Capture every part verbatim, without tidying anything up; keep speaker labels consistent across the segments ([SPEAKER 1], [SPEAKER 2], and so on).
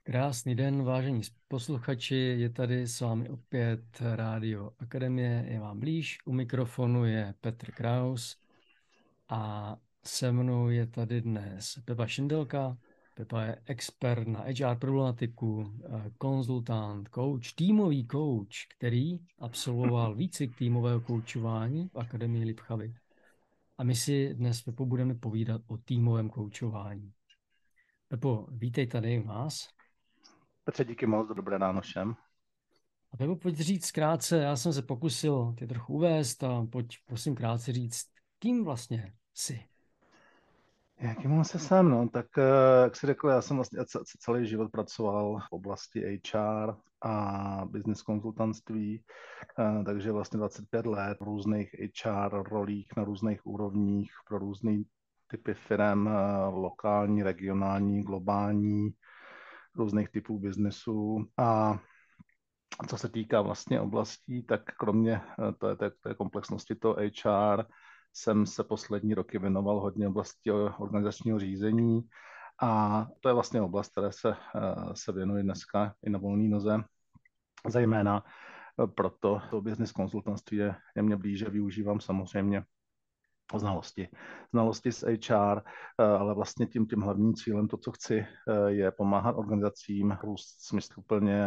[SPEAKER 1] Krásný den, vážení posluchači, je tady s vámi opět Rádio Akademie, je vám blíž, u mikrofonu je Petr Kraus a se mnou je tady dnes Pepa Šindelka. Pepa je expert na H R problematiku, konzultant, coach, týmový coach, který absolvoval výcvik týmového koučování v Akademii Lipchavy. A my si dnes, Pepo, budeme povídat o týmovém koučování. Pepo, vítej tady u nás.
[SPEAKER 2] Petře, díky moc, dobré ráno všem.
[SPEAKER 1] A Pepo, pojď říct krátce, já jsem se pokusil tě trochu uvést a pojď prosím krátce říct, kým vlastně jsi.
[SPEAKER 2] Jakým mám se sem, no, tak jak jsi řekl, já jsem vlastně celý život pracoval v oblasti H R a business konzultantství, takže vlastně dvacet pět let v různých H R rolích na různých úrovních pro různé typy firm, lokální, regionální, globální, různých typů biznesů. A co se týká vlastně oblastí, tak kromě té, té, té komplexnosti toho H R jsem se poslední roky věnoval hodně oblasti organizačního řízení a to je vlastně oblast, které se, se věnuji dneska i na volné noze. Zejména proto to business konzultantství je, je mě blíže, využívám samozřejmě znalosti. Znalosti z H R, ale vlastně tím, tím hlavním cílem, to, co chci, je pomáhat organizacím růst smysluplně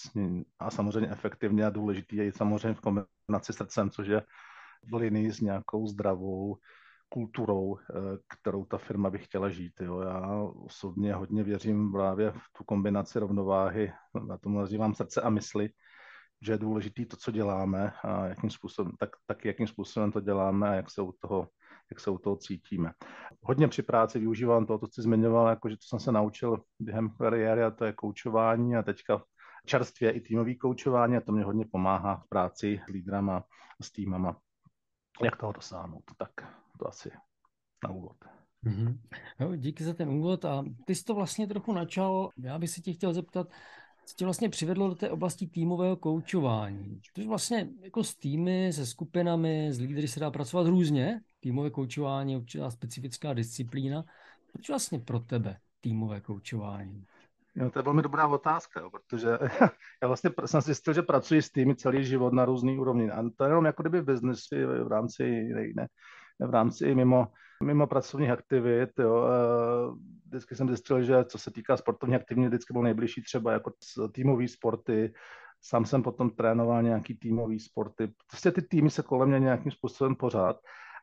[SPEAKER 2] a samozřejmě efektivně a důležitý je i samozřejmě v kombinaci s srdcem, což je v linii s nějakou zdravou kulturou, kterou ta firma by chtěla žít. Jo. Já osobně hodně věřím právě v tu kombinaci rovnováhy, na tomu nazývám srdce a mysli, že je důležitý to, co děláme a jakým způsobem, tak, tak jakým způsobem to děláme a jak se u toho, jak se u toho cítíme. Hodně při práci využívám toho, co jsi zmiňoval, jako, že to jsem se naučil během kariéry a to je koučování a teďka čerstvě i týmový koučování a to mě hodně pomáhá v práci s lídrama a s týmama. Jak toho dosáhnout? Tak to asi na úvod.
[SPEAKER 1] Mm-hmm. Jo, díky za ten úvod a ty jsi to vlastně trochu načal, já bych se tě chtěl zeptat, co tě vlastně přivedlo do té oblasti týmového koučování. Protože vlastně jako s týmy, se skupinami, s lídry se dá pracovat různě. Týmové koučování je určitá specifická disciplína. Proč vlastně pro tebe týmové koučování?
[SPEAKER 2] No, to je velmi dobrá otázka, jo, protože já vlastně jsem zjistil, že pracuji s týmy celý život na různý úrovni. A to je jenom jako kdyby v biznesu, v rámci, ne, v rámci i mimo, mimo pracovních aktivit. Jo. Vždycky jsem zjistil, že co se týká sportovní aktivity, vždycky byl nejbližší třeba jako týmový sporty. Sám jsem potom trénoval nějaký týmový sporty. Prostě ty týmy se kolem mě nějakým způsobem pořád.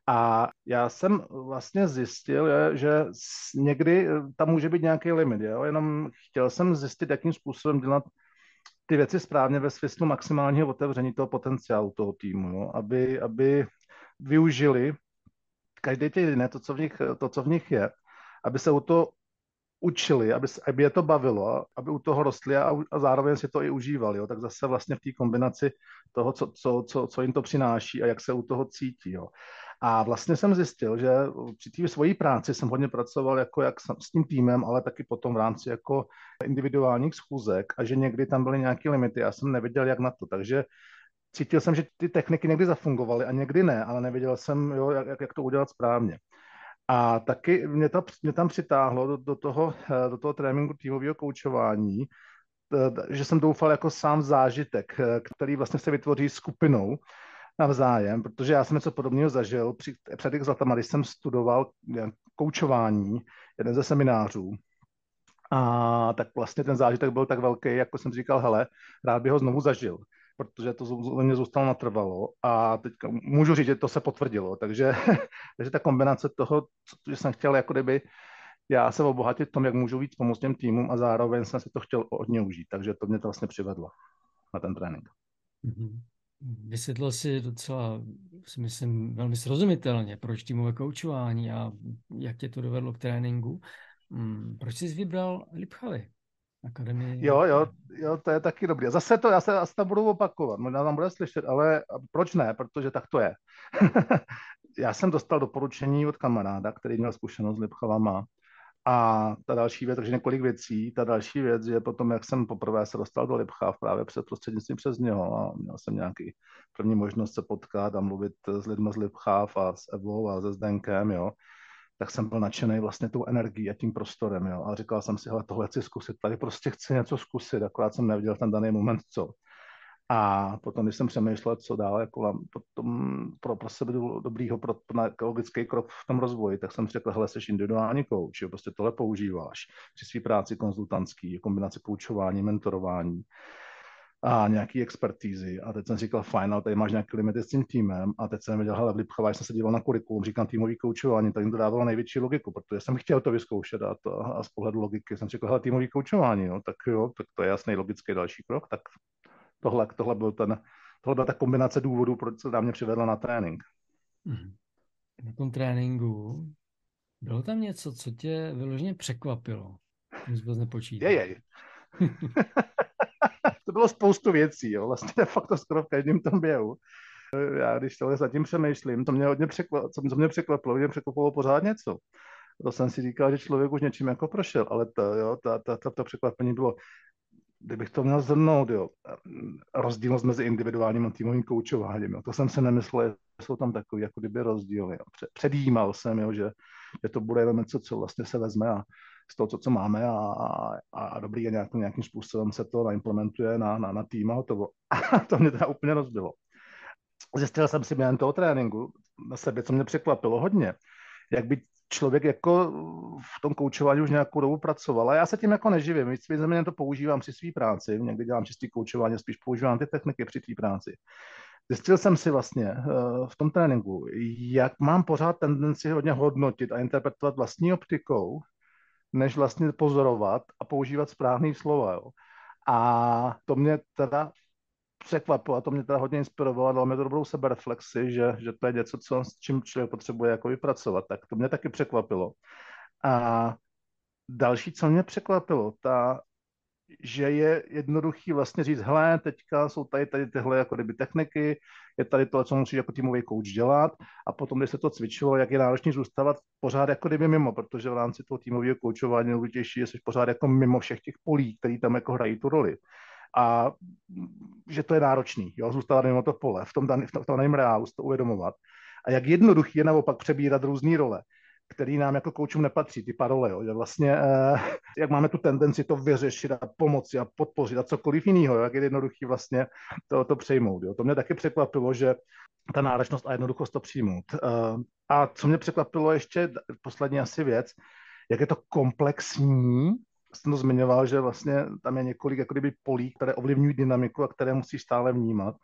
[SPEAKER 2] A já jsem vlastně zjistil, že někdy tam může být nějaký limit, jo? Jenom chtěl jsem zjistit, jakým způsobem dělat ty věci správně ve smyslu maximálního otevření toho potenciálu toho týmu, jo? Aby, aby využili každý týden to, co v nich, to, co v nich je, aby se u toho učili, aby, aby je to bavilo, aby u toho rostli a, a zároveň si to i užívali. Jo? Tak zase vlastně v té kombinaci toho, co, co, co, co jim to přináší a jak se u toho cítí. Jo? A vlastně jsem zjistil, že při té svojí práci jsem hodně pracoval jako jak s tím týmem, ale taky potom v rámci jako individuálních schůzek a že někdy tam byly nějaké limity. Já jsem nevěděl, jak na to. Takže cítil jsem, že ty techniky někdy zafungovaly a někdy ne, ale nevěděl jsem, jo, jak, jak to udělat správně. A taky mě, to, mě tam přitáhlo do, do, toho, do toho tréninku týmového koučování, že jsem doufal jako sám zážitek, který vlastně se vytvoří skupinou navzájem, protože já jsem něco podobného zažil při, před x letama, když jsem studoval koučování, jeden ze seminářů. A tak vlastně ten zážitek byl tak velký, jako jsem říkal, hele, rád bych ho znovu zažil, protože to mě zůstalo natrvalo a teďka můžu říct, že to se potvrdilo, takže, takže ta kombinace toho, že jsem chtěl jako kdyby já se obohatit v tom, jak můžu víc pomoct těm týmům a zároveň jsem si to chtěl hodně užít, takže to mě to vlastně přivedlo na ten trénink.
[SPEAKER 1] Mm-hmm. Vysvětlil si docela, si myslím, velmi srozumitelně, proč týmové koučování a jak tě to dovedlo k tréninku. Hmm, proč jsi vybral Lipchavy? Akademii
[SPEAKER 2] Jo, jo,
[SPEAKER 1] Lipchavy?
[SPEAKER 2] jo, to je taky dobrý. A zase to, já se asi tam budu opakovat, možná tam bude slyšet, ale proč ne? Protože tak to je. Já jsem dostal doporučení od kamaráda, který měl zkušenost s Lipchavama. A ta další věc, takže několik věcí, ta další věc, že potom, jak jsem poprvé se dostal do Lipchav právě před prostřednictvím přes něho a měl jsem nějaký první možnost se potkat a mluvit s lidmi z Lipchav a s Evou a se Zdenkem, jo, tak jsem byl nadšený vlastně tou energií a tím prostorem, jo. A říkal jsem si, hele, tohle chci zkusit, tady prostě chci něco zkusit, akorát jsem neviděl ten daný moment, co. A potom, když jsem přemýšlel, co dál, jako potom pro, pro sebe dobrýho, pro, pro logický krok v tom rozvoji, tak jsem si řekl, hele, jsi individuální coach, jo, prostě tohle používáš při své práci konzultantský, kombinace koučování, mentorování a nějaký expertízy. A teď jsem říkal, fajn, ale tady máš nějaký limity s tím týmem. A teď jsem viděl, hele, v Lipchová jsem se díval na kurikulum, říkám týmový koučování, tak jim to dávalo největší logiku, protože jsem chtěl to vyzkoušet a, to, a z pohledu logiky jsem říkal, hele, týmový koučování, no, tak jo, tak to je jasný logický další krok, tak tohle, tohle, byl ten, tohle byla ta kombinace důvodů, proč se mě přivedla na trénink.
[SPEAKER 1] Na tom tréninku bylo tam něco, co tě vyloženě překvapilo? Tím jsi vůbec nepočítal.
[SPEAKER 2] Jejej. To bylo spoustu věcí, jo. Vlastně de facto skoro v každém tom běhu. Já když tohle zatím přemýšlím, to mě hodně překvapilo, co, co mě překvapilo, mě překvapilo pořád něco. To jsem si říkal, že člověk už něčím jako prošel, ale to, jo, ta, ta, ta, to překvapení bylo, kdybych to měl zhrnout, jo, rozdílnost mezi individuálním a týmovým koučováním. Jo. To jsem si nemyslel, že jsou tam takový jako kdyby rozdíly. Jo. Předjímal jsem, jo, že, že to bude jenom něco, co vlastně se vezme a z toho, co, co máme a, a, a dobrý a nějak, nějakým způsobem se to naimplementuje na, na, na tým a hotovo. A to mě teda úplně rozbilo. Zjistil jsem si během toho tréninku na sebe, co mě překvapilo hodně, jak by člověk jako v tom koučování už nějakou dobu pracoval. A já se tím jako neživím. Víceméně to používám při své práci. Někdy dělám čistý koučování, spíš používám ty techniky při té práci. Zjistil jsem si vlastně v tom tréninku, jak mám pořád tendenci hodně hodnotit a interpretovat vlastní optikou, než vlastně pozorovat a používat správný slova. Jo. A to mě teda překvapilo a to mě teda hodně inspirovalo a dalo mi to dobrou sebereflexi, že, že to je něco, co, s čím člověk potřebuje jako vypracovat. Tak to mě taky překvapilo. A další, co mě překvapilo, ta, že je jednoduchý vlastně říct, hele, teďka jsou tady, tady tyhle jako kdyby techniky, je tady to, co musíš jako týmový coach dělat a potom, když se to cvičilo, jak je náročný zůstávat pořád jako kdyby mimo, protože v rámci toho týmového koučování je důležitější, že jsi pořád jako mimo všech těch polí, který tam jako hrají tu roli. A že to je náročný, jo, zůstávat mimo to pole, v tom, dan, v tom, v tom daném reálu to uvědomovat. A jak jednoduchý je naopak přebírat různé role, který nám jako koučům nepatří, ty parole, jo, že vlastně, eh, jak máme tu tendenci to vyřešit a pomoci a podpořit a cokoliv jiného, jak je jednoduchý vlastně to, to přejmout. Jo. To mě taky překvapilo, že ta náročnost a jednoduchost to přijmout. Eh, a co mě překvapilo ještě, poslední asi věc, jak je to komplexní, jsem to zmiňoval, že vlastně tam je několik jako kdyby polí, které ovlivňují dynamiku a které musíš stále vnímat.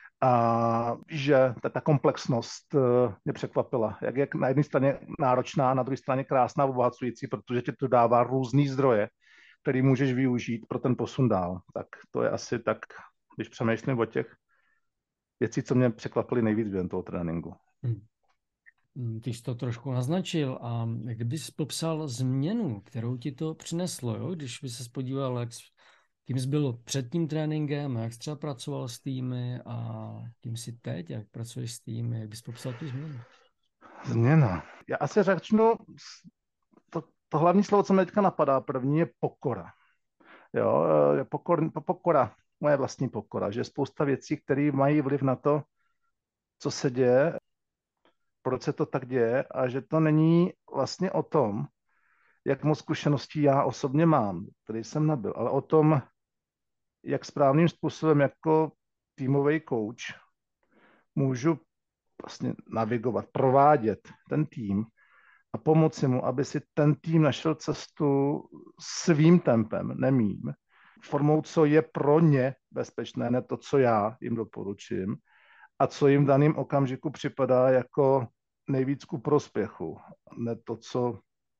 [SPEAKER 2] A že ta, ta komplexnost mě překvapila. Jak je na jedné straně náročná, na druhé straně krásná, obohacující, protože ti to dává různý zdroje, který můžeš využít pro ten posun dál. Tak to je asi tak, když přemýšlím o těch věcí, co mě překvapily nejvíc během toho tréninku.
[SPEAKER 1] Hmm. Ty jsi to trošku naznačil a kdybys popsal změnu, kterou ti to přineslo, jo? Když bys se podíval, jak kým jsi byl před tím tréninkem, jak jsi třeba pracoval s týmy a kým jsi teď, jak pracuješ s týmy, jak bys popsal tu změnu?
[SPEAKER 2] Změna. Já asi začnu, to, to hlavní slovo, co mě teďka napadá, první je pokora. Jo, je pokor, pokora, moje vlastní pokora, že je spousta věcí, které mají vliv na to, co se děje, proč se to tak děje a že to není vlastně o tom, jak moc zkušeností já osobně mám, který jsem nabyl, ale o tom, jak správným způsobem jako týmový coach můžu vlastně navigovat, provádět ten tým a pomoci mu, aby si ten tým našel cestu svým tempem, nemým, formou, co je pro ně bezpečné, ne to, co já jim doporučím a co jim v daném okamžiku připadá jako nejvíc ku prospěchu, ne to, co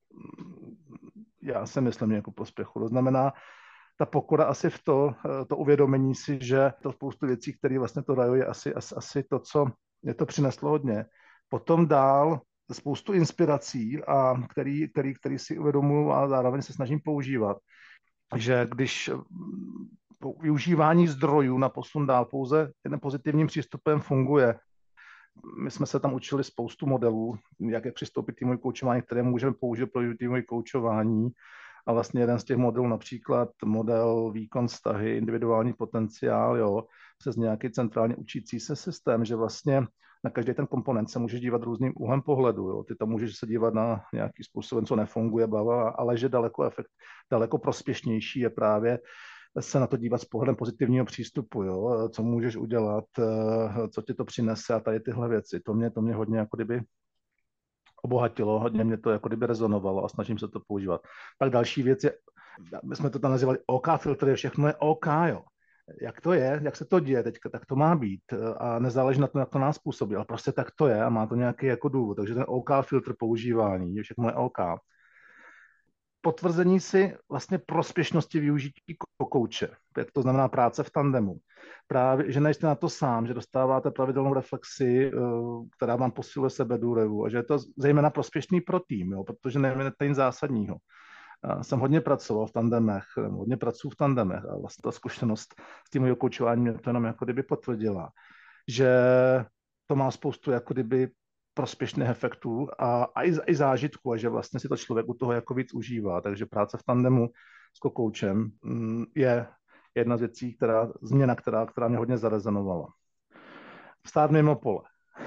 [SPEAKER 2] já si myslím jako prospěchu. To znamená, ta pokora asi v to, to uvědomění si, že to spoustu věcí, které vlastně to dají, je asi, asi, asi to, co mě to přineslo hodně. Potom dál spoustu inspirací, a který, který, který si uvědomuji a zároveň se snažím používat. Že když využívání zdrojů na posun dál pouze jedním pozitivním přístupem funguje, my jsme se tam učili spoustu modelů, jak je přistoupit týmový koučování, které můžeme použít pro týmový koučování. A vlastně jeden z těch modelů, například model výkon vztahy, individuální potenciál, jo, přes nějaký centrálně učící se systém, že vlastně na každý ten komponent se můžeš dívat různým úhlem pohledu. Jo. Ty tam můžeš se dívat na nějaký způsobem, co nefunguje, bla, ale že daleko, efekt, daleko prospěšnější je právě se na to dívat s pohledem pozitivního přístupu, jo? Co můžeš udělat, co ti to přinese a tady tyhle věci. To mě, to mě hodně jako kdyby obohatilo, hodně mě to jako kdyby rezonovalo a snažím se to používat. Pak další věc je, my jsme to tam nazývali O K filtry, všechno je O K, jo. Jak to je, jak se to děje teďka, tak to má být a nezáleží na tom, jak to nás působí, ale prostě tak to je a má to nějaký jako důvod, takže ten O K filtr používání, všechno je O K. Potvrzení si vlastně prospěšnosti využití kouče, jak to znamená práce v tandemu. Právě, že nejste na to sám, že dostáváte pravidelnou reflexi, která vám posiluje sebedůvěru a že je to zejména prospěšný pro tým, jo, protože nevěděte nic zásadního. Já jsem hodně pracoval v tandemech, hodně pracuji v tandemech a vlastně ta zkušenost s tím koučováním mě to jenom jako kdyby potvrdila, že to má spoustu jako kdyby prospěšných efektů a, a i, i zážitku, a že vlastně si to člověk u toho jako víc užívá. Takže práce v tandemu s kokoučem je jedna z věcí, která, změna, která, která mě hodně zarezonovala. Stát mimo pole.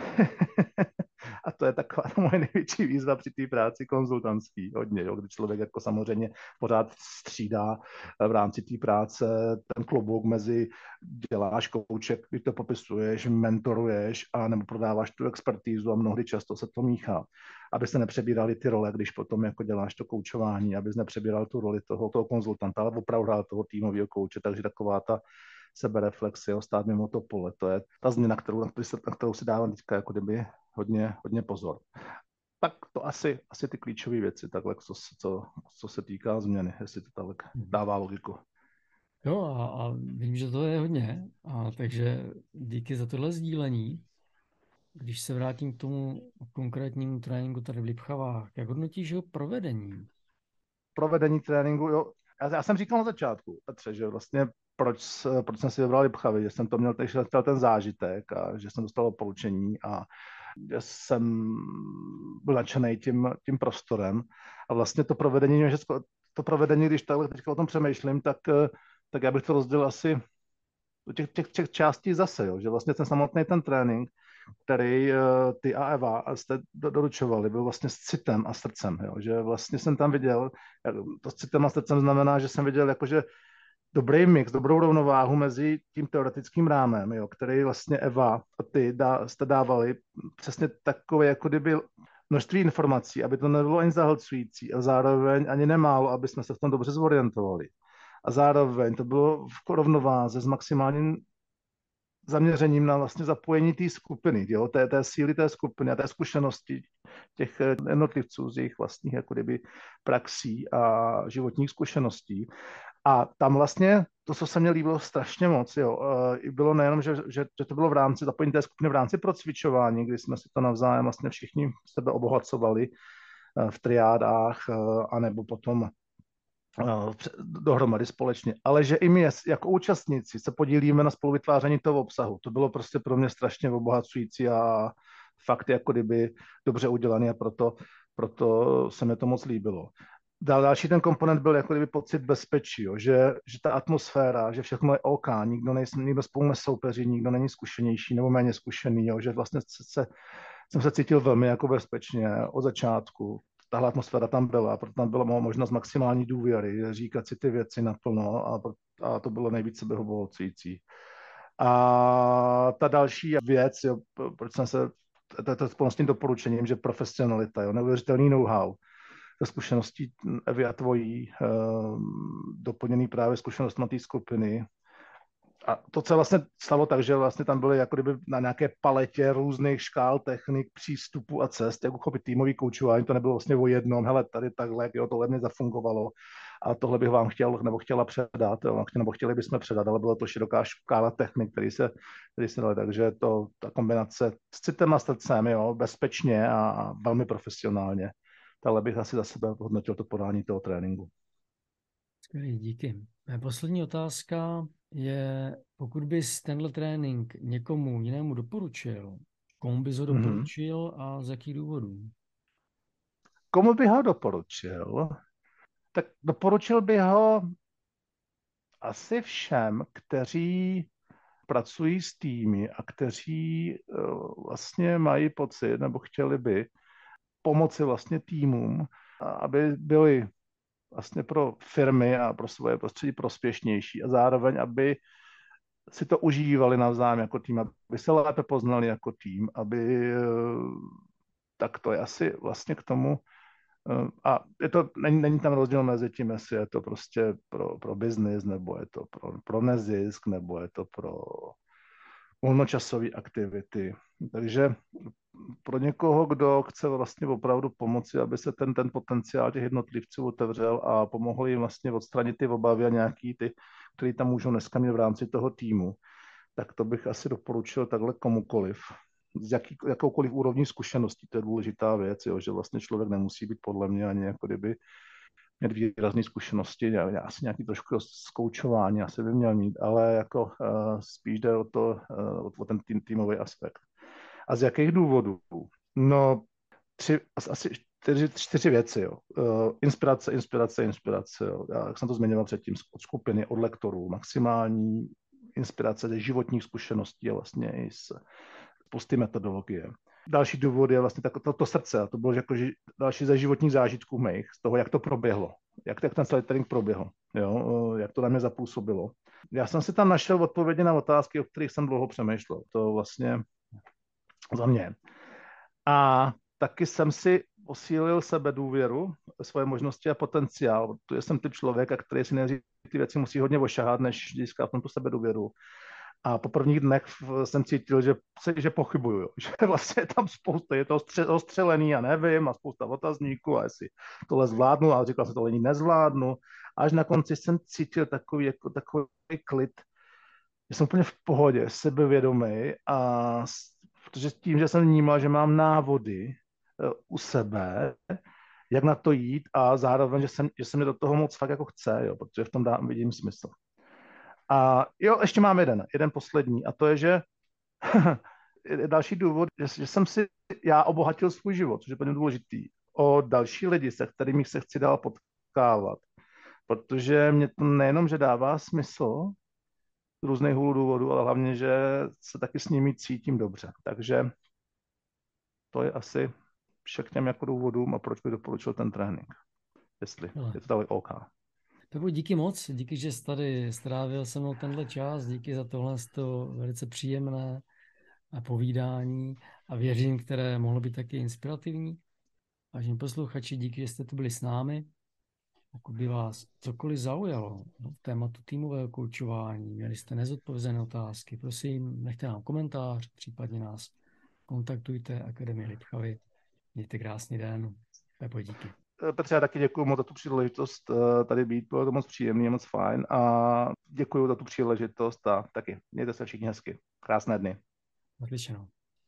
[SPEAKER 2] A to je taková moje největší výzva při té práci konzultantský, hodně, jo, kdy člověk jako samozřejmě pořád střídá v rámci té práce ten klobouk mezi děláš kouček, když to popisuješ, mentoruješ a nebo prodáváš tu expertízu a mnohdy často se to míchá, aby se nepřebírali ty role, když potom jako děláš to koučování, aby se nepřebíral tu roli toho, toho konzultanta, ale opravdu toho týmového kouče, takže taková ta sebereflexie, stát mimo to pole, to je ta změna, kterou, na kterou si dávám teďka jako kdyby hodně, hodně pozor. Tak to asi, asi ty klíčové věci, takhle, co, co, co se týká změny, jestli to tak dává logiku.
[SPEAKER 1] Jo, a, a vím, že to je hodně, a takže díky za tohle sdílení. Když se vrátím k tomu konkrétnímu tréninku tady v Lipchavách, jak hodnotíš jeho provedení?
[SPEAKER 2] Provedení tréninku, jo. Já, já jsem říkal na začátku, Petře, že vlastně proč, proč jsem si vybral Lipchavy, že jsem to měl ten, ten zážitek a že jsem dostal doporučení a že jsem byl nadšený tím, tím prostorem a vlastně to provedení, že to provedení, když takhle teďka o tom přemýšlím, tak, tak já bych to rozdělil asi do těch, těch, těch částí zase, jo, že vlastně ten samotný ten trénink, který ty a Eva jste doručovali, byl vlastně s citem a srdcem, jo, že vlastně jsem tam viděl, to s citem a srdcem znamená, že jsem viděl jakože dobrý mix, dobrou rovnováhu mezi tím teoretickým rámem, jo, který vlastně Eva a ty dá, jste dávali přesně takové, jako kdyby množství informací, aby to nebylo ani zahlcující a zároveň ani nemálo, aby jsme se v tom dobře zorientovali. A zároveň to bylo v rovnováze s maximálním zaměřením na vlastně zapojení té skupiny, jo, té, té síly té skupiny a té zkušenosti těch jednotlivců z jejich vlastních jako kdyby praxí a životních zkušeností. A tam vlastně to, co se mně líbilo strašně moc, jo, bylo nejenom, že, že, že to bylo v rámci zapojení té skupiny v rámci procvičování, kdy jsme si to navzájem vlastně všichni sebe obohacovali v triádách, anebo potom dohromady společně, ale že i my jako účastníci se podílíme na spoluvytváření toho obsahu. To bylo prostě pro mě strašně obohacující a fakt jako kdyby dobře udělaný a proto, proto se mi to moc líbilo. Další ten komponent byl jako kdyby pocit bezpečí, jo, že, že ta atmosféra, že všechno je OK, nikdo, nejsme, nikdo spolu nesoupeří, nikdo není zkušenější nebo méně zkušený, jo, že vlastně se, jsem se cítil velmi jako bezpečně od začátku. Tahle atmosféra tam byla, proto tam byla možnost maximální důvěry, říkat si ty věci naplno a, a to bylo nejvíce sebeobohacující. A ta další věc, jo, proč jsem se, to je to s tím doporučením, že profesionalita, jo, neuvěřitelný know-how, ze zkušeností Evy a tvojí, eh, doplněný právě zkušenostmi té skupiny. A to, co vlastně stalo tak, že vlastně tam byly jako kdyby na nějaké paletě různých škál, technik, přístupů a cest, jak uchopit týmový koučování, to nebylo vlastně o jednom, hele, tady takhle, jo, tohle mě zafungovalo a tohle bych vám chtěl nebo chtěla předat, jo, nebo chtěli bychom předat, ale bylo to široká škála technik, který se, který se dali, takže to, ta kombinace s citem a srdcem, jo, bezpečně a velmi profesionálně. Ale bych asi za sebe hodnotil to podání toho tréninku.
[SPEAKER 1] Skvělý, díky. Moje poslední otázka je, pokud bys tenhle trénink někomu jinému doporučil, komu bys ho doporučil mm-hmm. a z jakých důvodů?
[SPEAKER 2] Komu bych ho doporučil? Tak doporučil bych ho asi všem, kteří pracují s týmy a kteří vlastně mají pocit, nebo chtěli by pomoci vlastně týmům, aby byly vlastně pro firmy a pro svoje prostředí prospěšnější a zároveň, aby si to užívali navzájem jako tým, aby se lépe poznali jako tým, aby tak to je asi vlastně k tomu. A je to, není, není tam rozdíl mezi tím, jestli je to prostě pro, pro biznis, nebo je to pro, pro nezisk, nebo je to pro volnočasové aktivity. Takže pro někoho, kdo chce vlastně opravdu pomoci, aby se ten, ten potenciál těch jednotlivců otevřel a pomohl jim vlastně odstranit ty obavy a nějaký ty, který tam můžou dneska mít v rámci toho týmu, tak to bych asi doporučil takhle komukoliv. Z jaký, jakoukoliv úrovní zkušeností, to je důležitá věc, jo, že vlastně člověk nemusí být podle mě ani jako kdyby mít výrazné zkušenosti, já asi nějaký trošku zkoučování asi by měl mít, ale jako uh, spíš jde o, to, uh, o ten tým, týmový aspekt. A z jakých důvodů? No, tři, asi čtyři, čtyři věci. Jo. Uh, inspirace, inspirace, inspirace. Jo. Já, jak jsem to zmiňoval předtím, od skupiny, od lektorů, maximální inspirace ze životních zkušeností a vlastně i z spousty metodologie. Další důvod je vlastně tak, to, to srdce. To bylo jako další ze životních zážitků mých, z toho, jak to proběhlo. Jak, jak ten celý trénink proběhl. Jo? Jak to na mě zapůsobilo. Já jsem si tam našel odpovědi na otázky, o kterých jsem dlouho přemýšlel. To vlastně za mě. A taky jsem si posílil sebedůvěru, svoje možnosti a potenciál. Protože jsem typ člověka, který si nejdřív ty věci musí hodně ošahat, než získá v tom tu sebedůvěru. A po prvních dnech jsem cítil, že, že pochybuju, jo. Že vlastně je tam spousta, je to ostřelený a nevím a spousta otazníků a jestli tohle zvládnu, ale říkal jsem, tohle nezvládnu. Až na konci jsem cítil takový, jako, takový klid, že jsem úplně v pohodě, sebevědomý a protože tím, že jsem vnímal, že mám návody u sebe, jak na to jít a zároveň, že, jsem, že se mi do toho moc fakt jako chce, jo, protože v tom dám, vidím smysl. A jo, ještě mám jeden, jeden poslední, a to je, že další důvod, že, že jsem si já obohatil svůj život, což je plně důležitý, o další lidi, se kterými se chci dál potkávat. Protože mě to nejenom, že dává smysl z různých důvodů, ale hlavně, že se taky s nimi cítím dobře. Takže to je asi však těm jako důvodům a proč bych doporučil ten trénink. Jestli no. Je to tak OK.
[SPEAKER 1] Pepo, díky moc, díky, že jsi tady strávil se mnou tenhle čas, díky za tohle to velice příjemné povídání a věřím, které mohlo být taky inspirativní. Vážení posluchači, díky, že jste tu byli s námi. Pokud by vás cokoliv zaujalo v tématu týmového koučování, měli jste nezodpovězené otázky, prosím, nechte nám komentář, případně nás kontaktujte Akademie Lipchavy. Mějte krásný den. Pepo, díky.
[SPEAKER 2] Petře, já taky děkuji moc za tu příležitost tady být, bylo to moc příjemný, moc fajn a děkuji za tu příležitost a taky mějte se všichni hezky. Krásné dny.
[SPEAKER 1] Odlično.